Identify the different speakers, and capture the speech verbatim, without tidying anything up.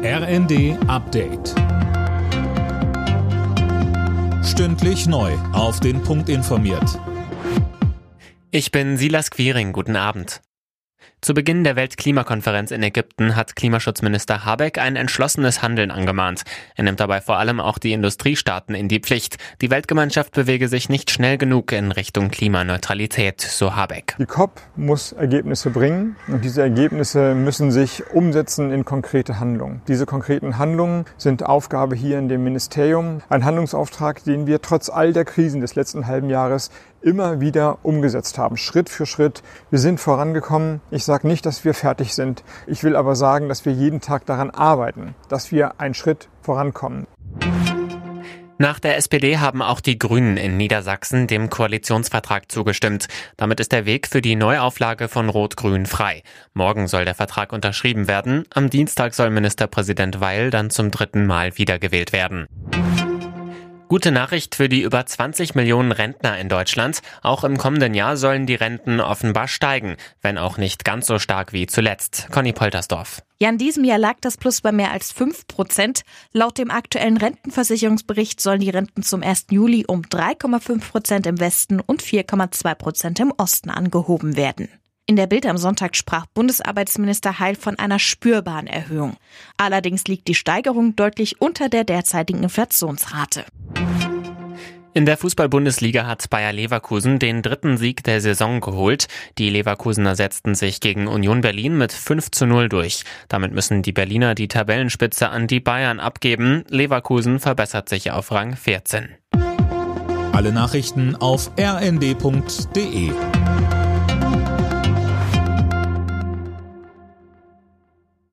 Speaker 1: R N D Update. Stündlich neu auf den Punkt informiert.
Speaker 2: Ich bin Silas Quiring, guten Abend. Zu Beginn der Weltklimakonferenz in Ägypten hat Klimaschutzminister Habeck ein entschlossenes Handeln angemahnt. Er nimmt dabei vor allem auch die Industriestaaten in die Pflicht. Die Weltgemeinschaft bewege sich nicht schnell genug in Richtung Klimaneutralität, so Habeck.
Speaker 3: Die C O P muss Ergebnisse bringen und diese Ergebnisse müssen sich umsetzen in konkrete Handlungen. Diese konkreten Handlungen sind Aufgabe hier in dem Ministerium. Ein Handlungsauftrag, den wir trotz all der Krisen des letzten halben Jahres immer wieder umgesetzt haben, Schritt für Schritt. Wir sind vorangekommen. Ich sage nicht, dass wir fertig sind. Ich will aber sagen, dass wir jeden Tag daran arbeiten, dass wir einen Schritt vorankommen.
Speaker 2: Nach der S P D haben auch die Grünen in Niedersachsen dem Koalitionsvertrag zugestimmt. Damit ist der Weg für die Neuauflage von Rot-Grün frei. Morgen soll der Vertrag unterschrieben werden. Am Dienstag soll Ministerpräsident Weil dann zum dritten Mal wiedergewählt werden. Gute Nachricht für die über zwanzig Millionen Rentner in Deutschland. Auch im kommenden Jahr sollen die Renten offenbar steigen, wenn auch nicht ganz so stark wie zuletzt. Conny Poltersdorf.
Speaker 4: Ja, in diesem Jahr lag das Plus bei mehr als fünf Prozent. Laut dem aktuellen Rentenversicherungsbericht sollen die Renten zum ersten Juli um drei Komma fünf Prozent im Westen und vier Komma zwei Prozent im Osten angehoben werden. In der Bild am Sonntag sprach Bundesarbeitsminister Heil von einer spürbaren Erhöhung. Allerdings liegt die Steigerung deutlich unter der derzeitigen Inflationsrate.
Speaker 2: In der Fußball-Bundesliga hat Bayer Leverkusen den dritten Sieg der Saison geholt. Die Leverkusener setzten sich gegen Union Berlin mit fünf zu null durch. Damit müssen die Berliner die Tabellenspitze an die Bayern abgeben. Leverkusen verbessert sich auf Rang vierzehn.
Speaker 1: Alle Nachrichten auf r n d punkt d e.